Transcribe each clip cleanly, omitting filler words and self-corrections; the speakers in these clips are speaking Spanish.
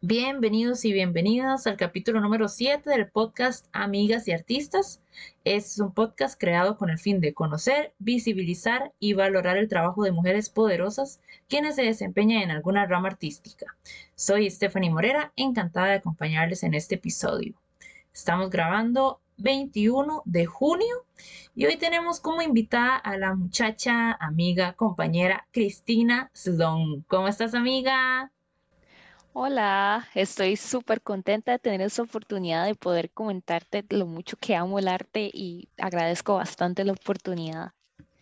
Bienvenidos y bienvenidas al capítulo número 7 del podcast Amigas y Artistas. Es un podcast creado con el fin de conocer, visibilizar y valorar el trabajo de mujeres poderosas quienes se desempeñan en alguna rama artística. Soy Stephanie Morera, encantada de acompañarles en este episodio. Estamos grabando 21 de junio y hoy tenemos como invitada a la muchacha, amiga, compañera Cristina Sloan. ¿Cómo estás, amiga? Hola, estoy súper contenta de tener esta oportunidad de poder comentarte lo mucho que amo el arte y agradezco bastante la oportunidad.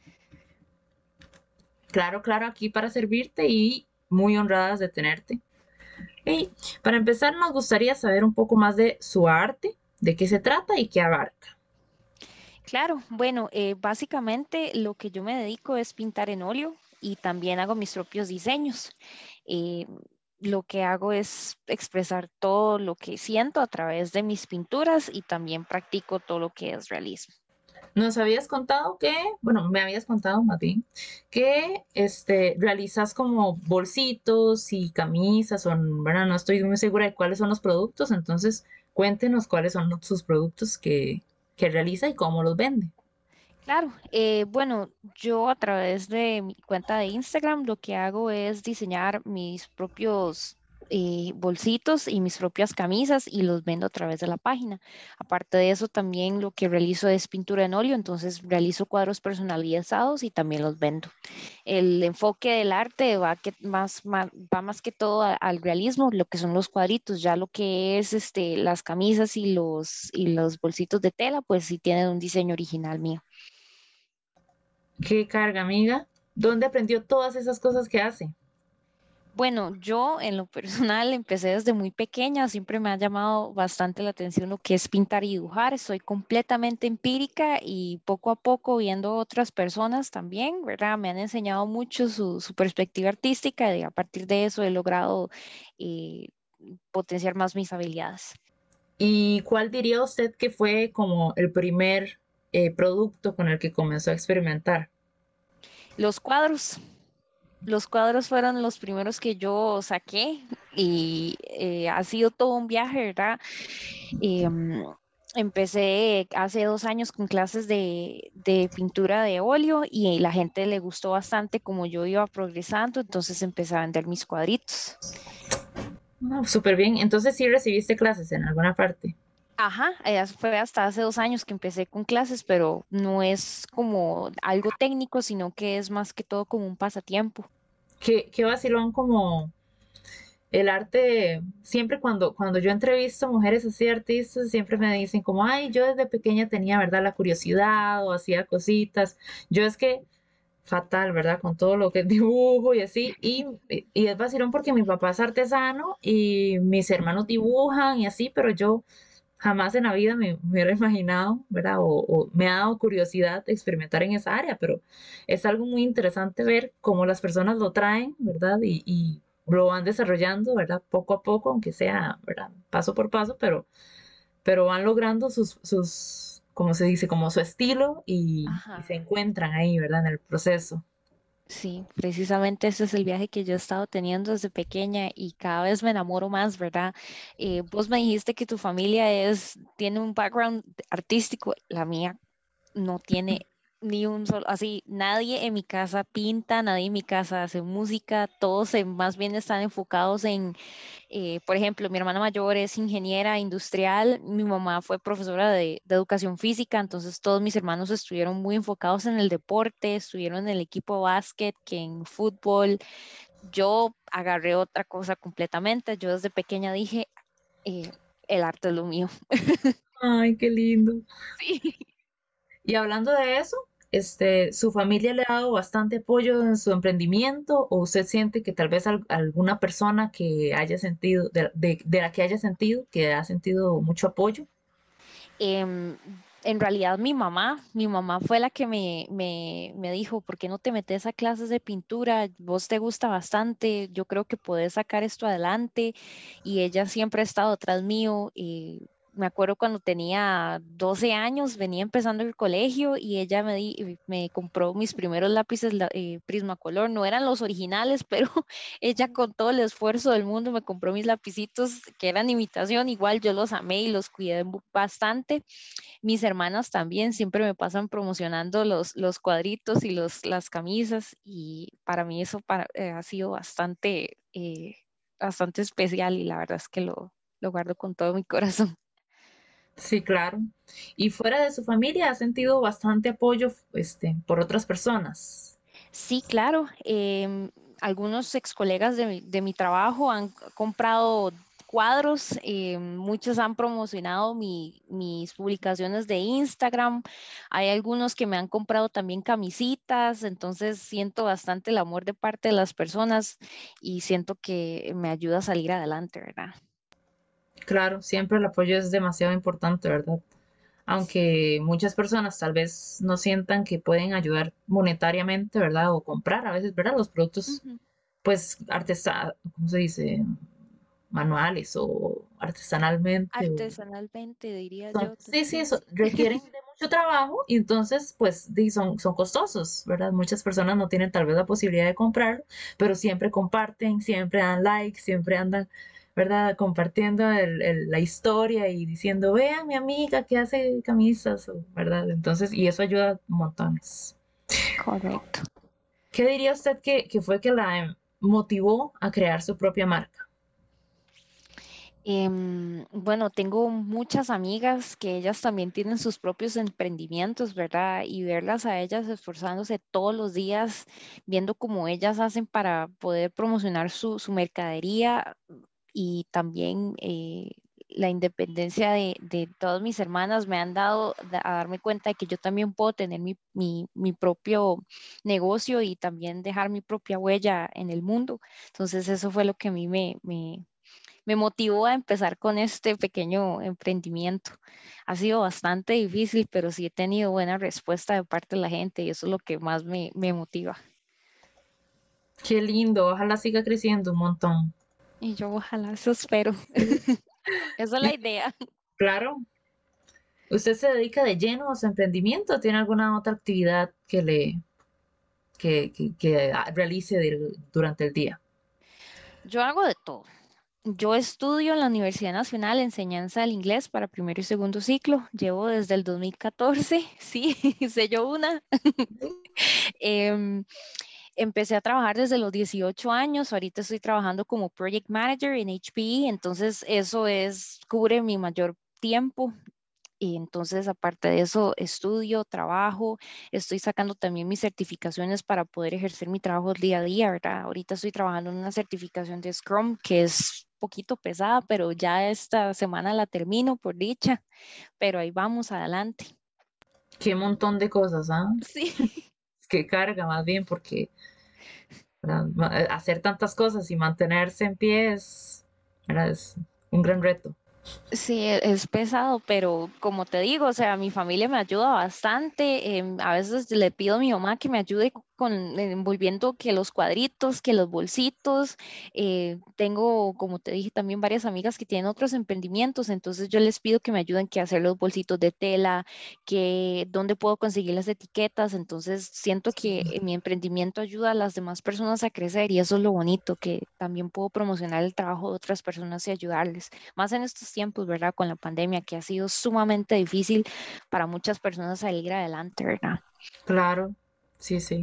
Claro, claro, aquí para servirte y muy honradas de tenerte. Y para empezar, nos gustaría saber un poco más de su arte, de qué se trata y qué abarca. Claro, bueno, básicamente lo que yo me dedico es pintar en óleo y también hago mis propios diseños. Eh, lo que hago es expresar todo lo que siento a través de mis pinturas y también practico todo lo que es realismo. Nos habías contado que, bueno, me habías contado más bien, que realizas como bolsitos y camisas, o, bueno, no estoy muy segura de cuáles son los productos, entonces cuéntenos cuáles son sus productos que realiza y cómo los vende. Claro, bueno, yo a través de mi cuenta de Instagram lo que hago es diseñar mis propios bolsitos y mis propias camisas y los vendo a través de la página. Aparte de eso, también lo que realizo es pintura en óleo, entonces realizo cuadros personalizados y también los vendo. El enfoque del arte va más que todo al realismo, lo que son los cuadritos, ya lo que es las camisas y los bolsitos de tela, pues sí tienen un diseño original mío. ¿Qué carga, amiga? ¿Dónde aprendió todas esas cosas que hace? Bueno, yo en lo personal empecé desde muy pequeña, siempre me ha llamado bastante la atención lo que es pintar y dibujar, soy completamente empírica y poco a poco viendo otras personas también, ¿verdad? Me han enseñado mucho su perspectiva artística y a partir de eso he logrado eh, potenciar más mis habilidades. ¿Y cuál diría usted que fue como el primer producto con el que comenzó a experimentar? Los cuadros. Los cuadros fueron los primeros que yo saqué y ha sido todo un viaje, ¿verdad? Em, Empecé hace 2 años con clases de pintura de óleo y la gente le gustó bastante como yo iba progresando, entonces empecé a vender mis cuadritos. No, súper bien. Entonces sí recibiste clases en alguna parte. Ajá, fue hasta hace 2 años que empecé con clases, pero no es como algo técnico, sino que es más que todo como un pasatiempo. Qué vacilón como el arte, siempre cuando yo entrevisto mujeres así artistas, siempre me dicen como, ay, yo desde pequeña tenía, ¿verdad? La curiosidad o hacía cositas. Yo es que fatal, ¿verdad? Con todo lo que es dibujo y así. Y es vacilón porque mi papá es artesano y mis hermanos dibujan y así, pero yo jamás en la vida me hubiera imaginado, ¿verdad? O me ha dado curiosidad de experimentar en esa área, pero es algo muy interesante ver cómo las personas lo traen, ¿verdad? Y lo van desarrollando, ¿verdad? Poco a poco, aunque sea, ¿verdad? Paso por paso, pero van logrando como se dice, como su estilo y se Ajá. encuentran ahí, ¿verdad? En el proceso. Sí, precisamente ese es el viaje que yo he estado teniendo desde pequeña y cada vez me enamoro más, ¿verdad? Vos me dijiste que tu familia tiene un background artístico, la mía no tiene ni un solo, así, nadie en mi casa pinta, nadie en mi casa hace música, más bien están enfocados por ejemplo, mi hermana mayor es ingeniera industrial, mi mamá fue profesora de educación física, entonces todos mis hermanos estuvieron muy enfocados en el deporte, estuvieron en el equipo de básquet, que en fútbol. Yo agarré otra cosa completamente. Yo desde pequeña dije, eh, el arte es lo mío. Ay, qué lindo. Sí. Y hablando de eso, ¿su familia le ha dado bastante apoyo en su emprendimiento o usted siente que tal vez alguna persona que haya sentido, de la que haya sentido, que ha sentido mucho apoyo? Em, en realidad mi mamá fue la que me dijo, ¿por qué no te metes a clases de pintura? Vos te gusta bastante, yo creo que puedes sacar esto adelante y ella siempre ha estado atrás mío. Me acuerdo cuando tenía 12 años, venía empezando el colegio y ella me compró mis primeros lápices Prismacolor. No eran los originales, pero ella con todo el esfuerzo del mundo me compró mis lapicitos que eran imitación. Igual yo los amé y los cuidé bastante. Mis hermanas también siempre me pasan promocionando los cuadritos y las camisas y para mí eso ha sido bastante especial y la verdad es que lo guardo con todo mi corazón. Sí, claro. Y fuera de su familia, ha sentido bastante apoyo, por otras personas. Sí, claro. Algunos ex colegas de mi trabajo han comprado cuadros, muchos han promocionado mis publicaciones de Instagram, hay algunos que me han comprado también camisitas, entonces siento bastante el amor de parte de las personas y siento que me ayuda a salir adelante, ¿verdad? Claro, siempre el apoyo es demasiado importante, ¿verdad? Aunque muchas personas tal vez no sientan que pueden ayudar monetariamente, ¿verdad? O comprar a veces, ¿verdad? Los productos, Ujú. pues, ¿cómo se dice? Manuales o artesanalmente. Artesanalmente, diría yo. Sí, sí, Sí. eso requieren de mucho trabajo y entonces, pues, son costosos, ¿verdad? Muchas personas no tienen tal vez la posibilidad de comprar, pero siempre comparten, siempre dan like, siempre andan, ¿verdad? Compartiendo la historia y diciendo, vean mi amiga que hace camisas, ¿verdad? Entonces, y eso ayuda montones. Correcto. ¿Qué diría usted que fue que la motivó a crear su propia marca? Bueno, tengo muchas amigas que ellas también tienen sus propios emprendimientos, ¿verdad? Y verlas a ellas esforzándose todos los días, viendo cómo ellas hacen para poder promocionar su mercadería y también la independencia de todas mis hermanas me han dado a darme cuenta de que yo también puedo tener mi propio negocio y también dejar mi propia huella en el mundo. Entonces eso fue lo que a mí me motivó a empezar con este pequeño emprendimiento. Ha sido bastante difícil, pero sí he tenido buena respuesta de parte de la gente y eso es lo que más me motiva. Qué lindo, ojalá siga creciendo un montón. Y yo ojalá eso espero. Esa es Y la idea. claro, ¿usted se dedica de lleno a su emprendimiento o tiene alguna otra actividad que realice durante el día? Yo hago de todo. Yo estudio en la Universidad Nacional Enseñanza del Inglés para primero y segundo ciclo. Llevo desde el 2014, sí, sé yo una. Em, Empecé a trabajar desde los 18 años, ahorita estoy trabajando como Project Manager en HPE, entonces cubre mi mayor tiempo. Y entonces, aparte de eso, estudio, trabajo, estoy sacando también mis certificaciones para poder ejercer mi trabajo día a día, ¿verdad? Ahorita estoy trabajando en una certificación de Scrum que es poquito pesada, pero ya esta semana la termino por dicha, pero ahí vamos adelante. Qué montón de cosas, ¿ah? Sí. Es que carga más bien porque ¿verdad? Hacer tantas cosas y mantenerse en pie ¿verdad? Es un gran reto. Sí, es pesado, pero como te digo, o sea, mi familia me ayuda bastante. A veces le pido a mi mamá que me ayude con envolviendo que los cuadritos, que los bolsitos. Tengo, como te dije, también varias amigas que tienen otros emprendimientos, entonces yo les pido que me ayuden que a hacer los bolsitos de tela, que dónde puedo conseguir las etiquetas. Entonces siento que mi emprendimiento ayuda a las demás personas a crecer y eso es lo bonito, que también puedo promocionar el trabajo de otras personas y ayudarles más en estos tiempos, ¿verdad? Con la pandemia, que ha sido sumamente difícil para muchas personas salir adelante, ¿verdad? Claro, sí, sí.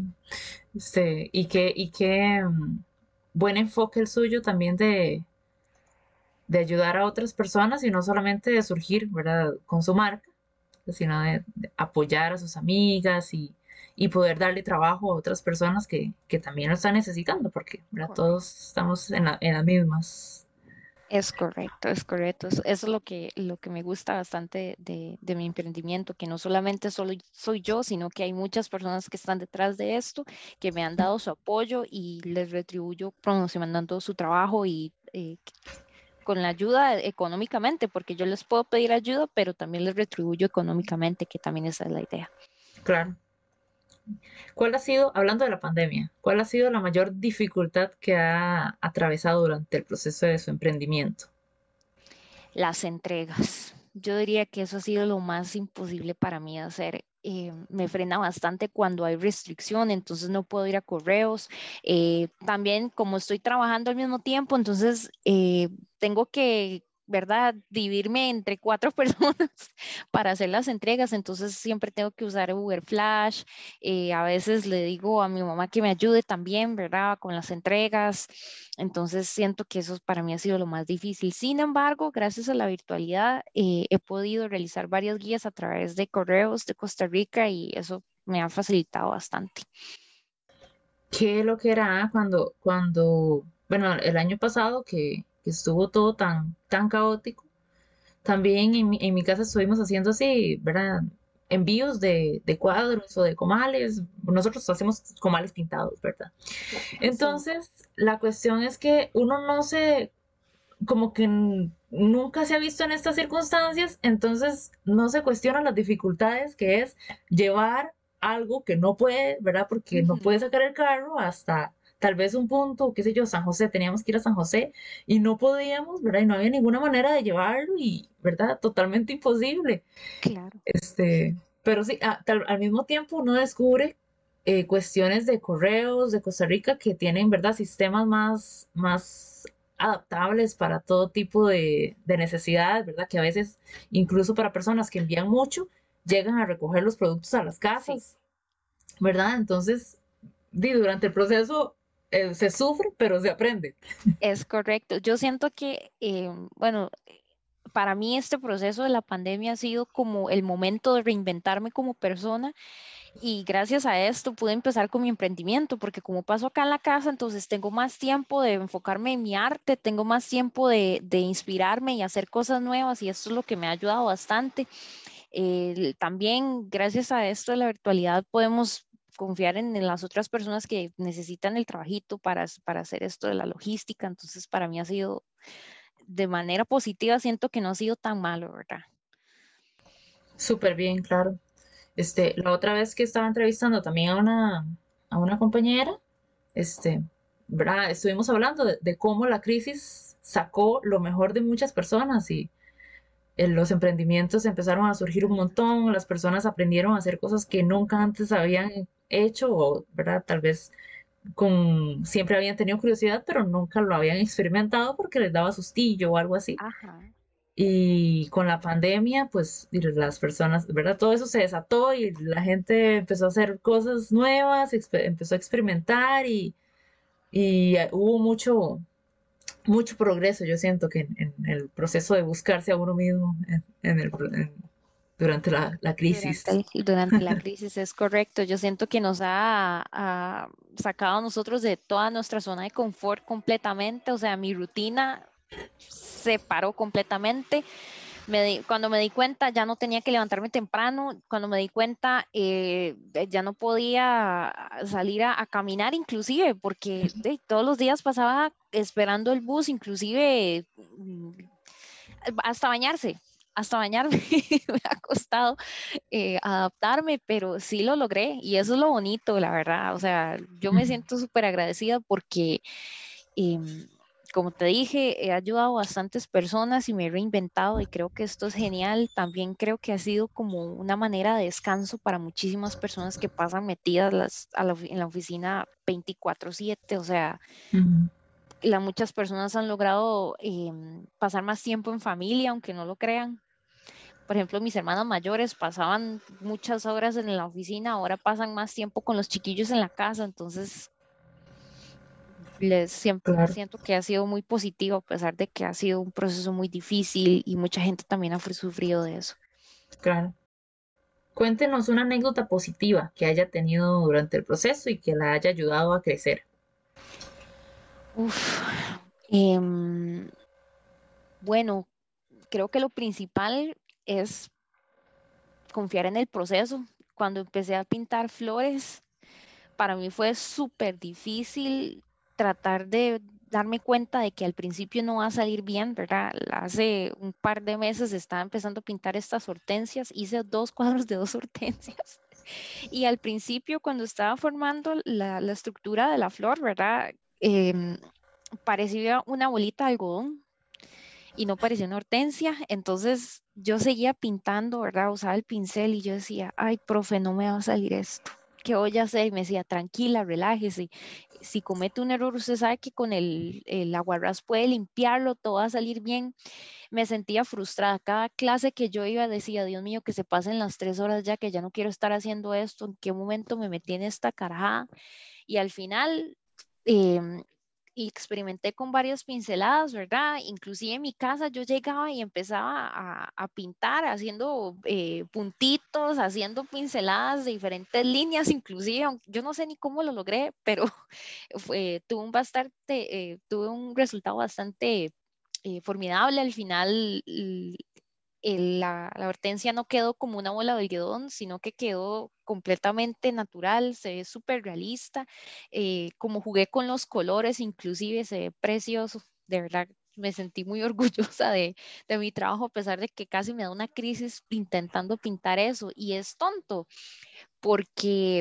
Y qué buen enfoque el suyo también de ayudar a otras personas y no solamente de surgir, ¿verdad? Con su marca, sino de apoyar a sus amigas y poder darle trabajo a otras personas que también lo están necesitando, porque, ¿verdad? Correcto. Todos estamos en las mismas. Es correcto, es correcto. Eso es lo que me gusta bastante de mi emprendimiento, que no solamente solo soy yo, sino que hay muchas personas que están detrás de esto, que me han dado su apoyo y les retribuyo promocionando su trabajo y con la ayuda económicamente, porque yo les puedo pedir ayuda, pero también les retribuyo económicamente, que también esa es la idea. Claro. ¿Cuál ha sido, hablando de la pandemia, cuál ha sido la mayor dificultad que ha atravesado durante el proceso de su emprendimiento? Las entregas. Yo diría que eso ha sido lo más imposible para mí de hacer. Me frena bastante cuando hay restricción, entonces no puedo ir a correos. También como estoy trabajando al mismo tiempo, entonces tengo que, ¿verdad?, dividirme entre cuatro personas para hacer las entregas, entonces siempre tengo que usar Uber Flash. A veces le digo a mi mamá que me ayude también, ¿verdad?, con las entregas. Entonces siento que eso para mí ha sido lo más difícil. Sin embargo, gracias a la virtualidad, he podido realizar varias guías a través de correos de Costa Rica y eso me ha facilitado bastante. ¿Qué lo que era cuando, bueno, el año pasado que estuvo todo tan caótico? También en mi casa estuvimos haciendo así, ¿verdad? Envíos de cuadros o de comales. Nosotros hacemos comales pintados, ¿verdad? Sí, Entonces, la cuestión es que uno no se, como que nunca se ha visto en estas circunstancias, entonces no se cuestionan las dificultades que es llevar algo que no puede, ¿verdad? Porque no ujú, puede sacar el carro hasta tal vez un punto, qué sé yo, San José, teníamos que ir a San José y no podíamos, ¿verdad? Y no había ninguna manera de llevarlo y, ¿verdad? Totalmente imposible. claro. Este, pero sí, al mismo tiempo uno descubre cuestiones de correos de Costa Rica que tienen, ¿verdad? Sistemas más adaptables para todo tipo de necesidades, ¿verdad? Que a veces, incluso para personas que envían mucho, llegan a recoger los productos a las Sí, casas, ¿verdad? Entonces, durante el proceso se sufre, pero se aprende. es correcto. Yo siento que, bueno, para mí este proceso de la pandemia ha sido como el momento de reinventarme como persona. Y gracias a esto pude empezar con mi emprendimiento, porque como paso acá en la casa, entonces tengo más tiempo de enfocarme en mi arte, tengo más tiempo de inspirarme y hacer cosas nuevas, y esto es lo que me ha ayudado bastante. También gracias a esto de la virtualidad podemos confiar en las otras personas que necesitan el trabajito para hacer esto de la logística. Entonces, para mí ha sido de manera positiva, siento que no ha sido tan malo, ¿verdad? Súper bien, claro. La otra vez que estaba entrevistando también a una compañera, este, ¿verdad? Estuvimos hablando de cómo la crisis sacó lo mejor de muchas personas y los emprendimientos empezaron a surgir un montón, las personas aprendieron a hacer cosas que nunca antes habían hecho o, ¿verdad? Tal vez siempre habían tenido curiosidad, pero nunca lo habían experimentado porque les daba sustillo o algo así. Ajá. Y con la pandemia, pues las personas, ¿verdad? Todo eso se desató y la gente empezó a hacer cosas nuevas, empezó a experimentar y hubo mucho progreso, yo siento que en el proceso de buscarse a uno mismo durante la crisis. Durante la crisis, es correcto. Yo siento que nos ha sacado a nosotros de toda nuestra zona de confort completamente. O sea, mi rutina se paró completamente. Cuando me di cuenta, ya no tenía que levantarme temprano. Cuando me di cuenta, ya no podía salir a caminar, inclusive, porque todos los días pasaba esperando el bus, inclusive hasta bañarse. Hasta bañarme me ha costado adaptarme, pero sí lo logré y eso es lo bonito, la verdad. O sea, yo me siento súper agradecida porque, em, como te dije, he ayudado a bastantes personas y me he reinventado y creo que esto es genial. También creo que ha sido como una manera de descanso para muchísimas personas que pasan metidas en la oficina 24/7. O sea, Ujú. muchas personas han logrado pasar más tiempo en familia, aunque no lo crean. Por ejemplo, mis hermanos mayores pasaban muchas horas en la oficina, ahora pasan más tiempo con los chiquillos en la casa, entonces Claro, siento que ha sido muy positivo a pesar de que ha sido un proceso muy difícil y mucha gente también ha sufrido de eso. claro. Cuéntenos una anécdota positiva que haya tenido durante el proceso y que la haya ayudado a crecer. Uf, em, bueno, creo que lo principal es confiar en el proceso. Cuando empecé a pintar flores, para mí fue súper difícil tratar de darme cuenta de que al principio no va a salir bien, ¿verdad? Hace un par de meses estaba empezando a pintar estas hortensias, hice dos cuadros de dos hortensias y al principio cuando estaba formando la estructura de la flor, ¿verdad? Parecía una bolita de algodón y no parecía una hortensia. Entonces yo seguía pintando, ¿verdad? Usaba el pincel y yo decía, ay, profe, no me va a salir esto. ¿Qué voy a hacer? Y me decía, tranquila, relájese. Si comete un error, usted sabe que con el aguarrás puede limpiarlo, todo va a salir bien. Me sentía frustrada. Cada clase que yo iba decía, Dios mío, que se pasen las 3 horas ya, que ya no quiero estar haciendo esto. ¿En qué momento me metí en esta carajada? Y al final em, y experimenté con varias pinceladas, ¿verdad? Inclusive en mi casa yo llegaba y empezaba a pintar haciendo puntitos, haciendo pinceladas de diferentes líneas, inclusive, yo no sé ni cómo lo logré, pero tuve un resultado bastante formidable. Al final la hortensia no quedó como una bola de algodón, sino que quedó completamente natural, se ve súper realista. Como jugué con los colores, inclusive se ve precioso, de verdad. Me sentí muy orgullosa de mi trabajo, a pesar de que casi me da una crisis intentando pintar eso. Y es tonto, porque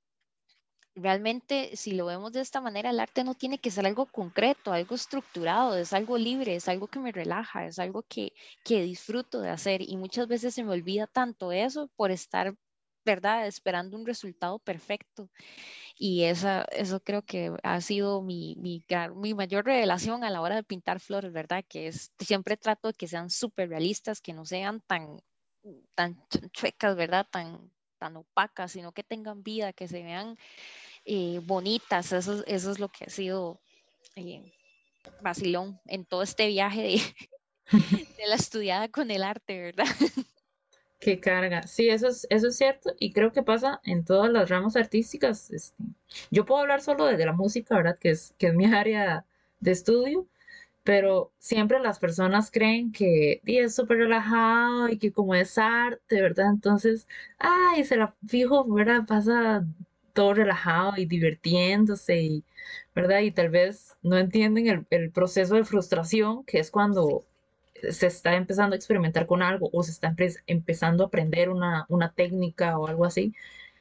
realmente, si lo vemos de esta manera, el arte no tiene que ser algo concreto, algo estructurado, es algo libre, es algo que me relaja, es algo que disfruto de hacer. Y muchas veces se me olvida tanto eso por estar, ¿verdad?, esperando un resultado perfecto. Y eso creo que ha sido mi mayor revelación a la hora de pintar flores, ¿verdad? Que es, siempre trato de que sean súper realistas, que no sean tan chuecas, ¿verdad? Tan opacas, sino que tengan vida, que se vean bonitas. Eso es lo que ha sido eh, vacilón en todo este viaje de la estudiada con el arte, ¿verdad? Qué carga. Sí, eso es cierto y creo que pasa en todas las ramas artísticas. Yo puedo hablar solo de la música, ¿verdad? Que es mi área de estudio, pero siempre las personas creen que es súper relajado y que como es arte, ¿verdad? Entonces, ay, se la fijo, ¿verdad? Pasa todo relajado y divirtiéndose, ¿verdad? Y tal vez no entienden el proceso de frustración, que es cuando se está empezando a experimentar con algo o se está empezando a aprender una técnica o algo así,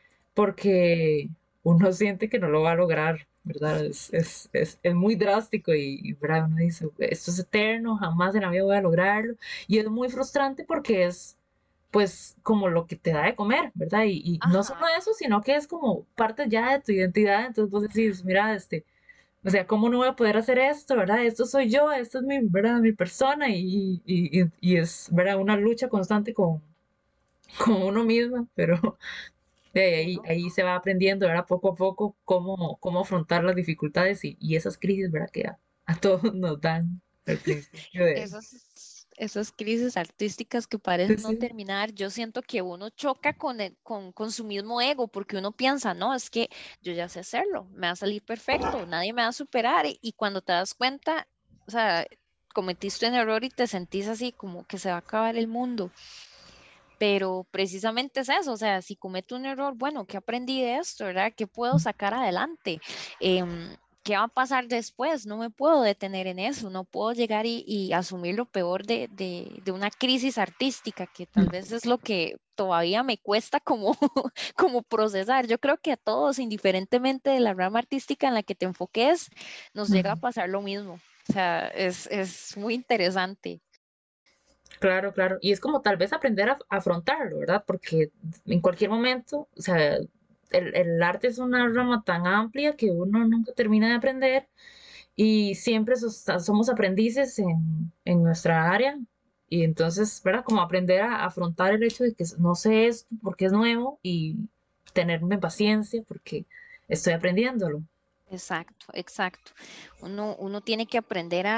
porque uno siente que no lo va a lograr, ¿verdad? Es muy drástico ¿verdad? Uno dice, esto es eterno, jamás en la vida voy a lograrlo. Y es muy frustrante porque es, pues, como lo que te da de comer, ¿verdad? Y no solo Ajá. eso, sino que es como parte ya de tu identidad. Entonces vos decís, mira, o sea, ¿cómo no voy a poder hacer esto, verdad? Esto soy yo, esto es mi, ¿verdad? Mi persona y es, ¿verdad? Una lucha constante con uno mismo, pero de Sí, ahí, ¿no? ahí se va aprendiendo, ¿verdad? Poco a poco cómo afrontar las dificultades y esas crisis, ¿verdad? Que a todos nos dan al principio de... Esas crisis artísticas que Sí, parecen no sí. terminar, yo siento que uno choca con su mismo ego, porque uno piensa, no, es que yo ya sé hacerlo, me va a salir perfecto, nadie me va a superar, y cuando te das cuenta, o sea, cometiste un error y te sentís así como que se va a acabar el mundo. Pero precisamente es eso, o sea, si cometo un error, bueno, ¿qué aprendí de esto, verdad? ¿Qué puedo sacar adelante? ¿Qué va a pasar después? No me puedo detener en eso, no puedo llegar y asumir lo peor de una crisis artística, que tal vez es lo que todavía me cuesta como, como procesar. Yo creo que a todos, indiferentemente de la rama artística en la que te enfoques, nos llega a pasar lo mismo. O sea, es muy interesante. Claro, claro. Y es como tal vez aprender a afrontarlo, ¿verdad? Porque en cualquier momento, o sea, el arte es una rama tan amplia que uno nunca termina de aprender y siempre somos aprendices en nuestra área. Y entonces, ¿verdad? Como aprender a afrontar el hecho de que no sé esto porque es nuevo y tenerme paciencia porque estoy aprendiéndolo. Exacto, exacto. Uno tiene que aprender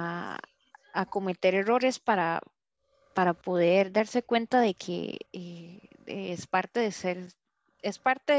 a cometer errores para poder darse cuenta de que es parte de ser, es parte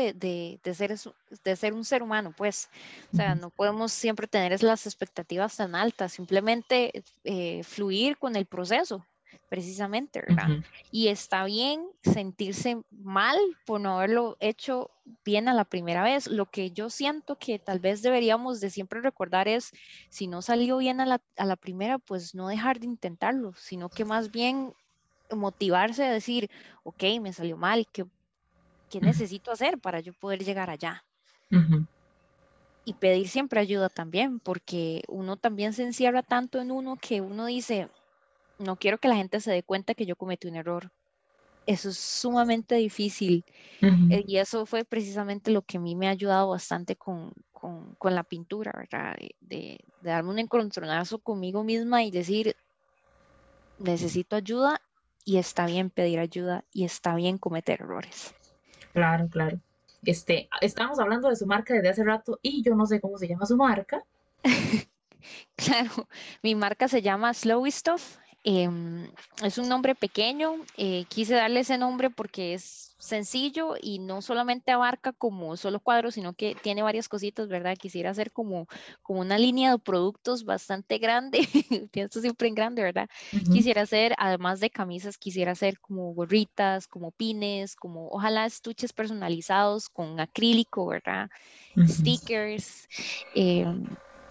de ser un ser humano, pues. O sea, Ujú, no podemos siempre tener las expectativas tan altas, simplemente fluir con el proceso, precisamente, ¿verdad? ujú, Y está bien sentirse mal por no haberlo hecho bien a la primera vez. Lo que yo siento que tal vez deberíamos de siempre recordar es, si no salió bien a la primera, pues no dejar de intentarlo, sino que más bien motivarse a decir, ok, me salió mal, ¿qué necesito hacer para yo poder llegar allá? ujú, Y pedir siempre ayuda también, porque uno también se encierra tanto en uno que uno dice, no quiero que la gente se dé cuenta que yo cometí un error. Eso es sumamente difícil. Ujú. Y eso fue precisamente lo que a mí me ha ayudado bastante con la pintura, ¿verdad? De darme un encontronazo conmigo misma y decir, necesito ayuda y está bien pedir ayuda y está bien cometer errores. Claro, claro. Estábamos hablando de su marca desde hace rato y yo no sé cómo se llama su marca. Claro, mi marca se llama Slowy Stuff. Es un nombre pequeño. Quise darle ese nombre porque es sencillo y no solamente abarca como solo cuadros, sino que tiene varias cositas, ¿verdad? Quisiera hacer como una línea de productos bastante grande. Pienso siempre en grande, ¿verdad? Ujú, Quisiera hacer, además de camisas, quisiera hacer como gorritas, como pines, como ojalá estuches personalizados con acrílico, ¿verdad? ujú. Stickers. em,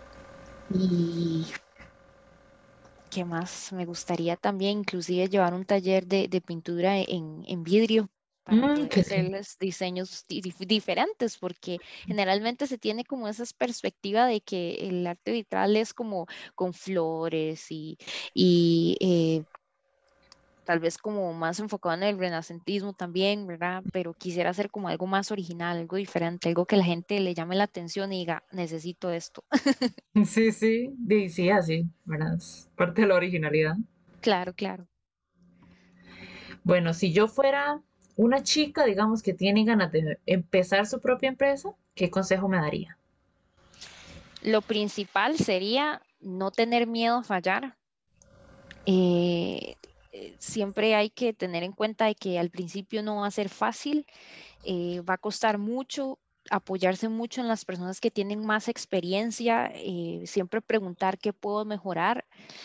y ¿qué más? Me gustaría también inclusive llevar un taller de pintura en vidrio para poder Qué lindo. hacerles diseños diferentes, porque generalmente se tiene como esa perspectiva de que el arte vitral es como con flores y tal vez como más enfocado en el renacentismo también, ¿verdad? Pero quisiera hacer como algo más original, algo diferente, algo que la gente le llame la atención y diga, necesito esto. Sí, sí, sí, así, ¿verdad? Es parte de la originalidad. Claro, claro. Bueno, si yo fuera una chica, digamos, que tiene ganas de empezar su propia empresa, ¿qué consejo me daría? Lo principal sería no tener miedo a fallar. Eh, Siempre hay que tener en cuenta de que al principio no va a ser fácil, va a costar mucho, apoyarse mucho en las personas que tienen más experiencia, siempre preguntar qué puedo mejorar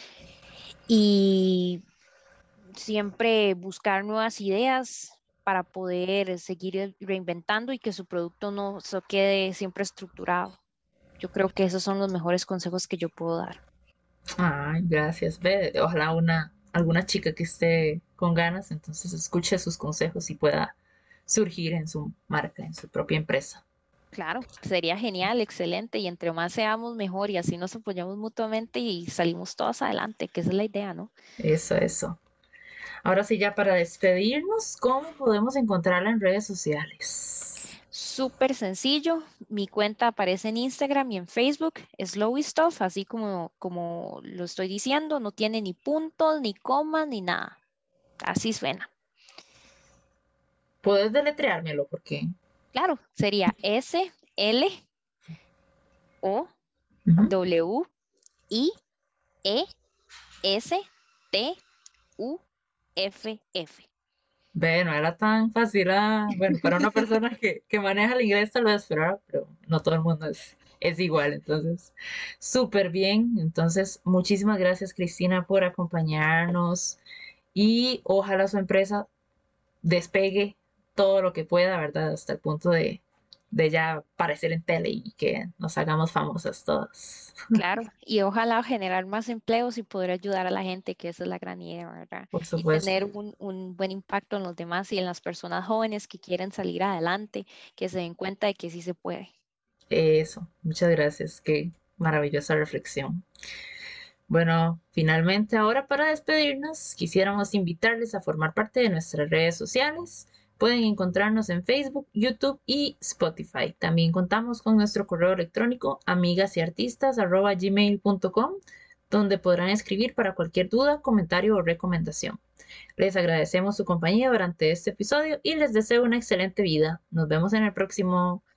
y siempre buscar nuevas ideas para poder seguir reinventando y que su producto no se quede siempre estructurado. Yo creo que esos son los mejores consejos que yo puedo dar. Ay, gracias. Ve, ojalá alguna chica que esté con ganas, entonces escuche sus consejos y pueda surgir en su marca, en su propia empresa. Claro, sería genial, excelente, y entre más seamos mejor y así nos apoyamos mutuamente y salimos todas adelante, que esa es la idea, ¿no? Eso, eso. Ahora sí, ya para despedirnos, ¿cómo podemos encontrarla en redes sociales? Súper sencillo, mi cuenta aparece en Instagram y en Facebook, Slowy Stuff, así como lo estoy diciendo, no tiene ni puntos, ni comas, ni nada, así suena. Puedes deletreármelo porque... Claro, sería Ujú. SLOWIESTUFF. Ve, no era tan fácil. Bueno, para una persona que maneja el inglés tal vez, pero no todo el mundo es igual. Entonces, súper bien. Entonces, muchísimas gracias, Cristina, por acompañarnos y ojalá su empresa despegue todo lo que pueda, ¿verdad? Hasta el punto de ya aparecer en tele y que nos hagamos famosas todas. Claro, y ojalá generar más empleos y poder ayudar a la gente, que esa es la gran idea, ¿verdad? Por Y supuesto. tener un buen impacto en los demás y en las personas jóvenes que quieren salir adelante, que se den cuenta de que sí se puede. Eso. Muchas gracias. Qué maravillosa reflexión. Bueno, finalmente ahora para despedirnos, quisiéramos invitarles a formar parte de nuestras redes sociales. Pueden encontrarnos en Facebook, YouTube y Spotify. También contamos con nuestro correo electrónico amigasyartistas@gmail.com, donde podrán escribir para cualquier duda, comentario o recomendación. Les agradecemos su compañía durante este episodio y les deseo una excelente vida. Nos vemos en el próximo.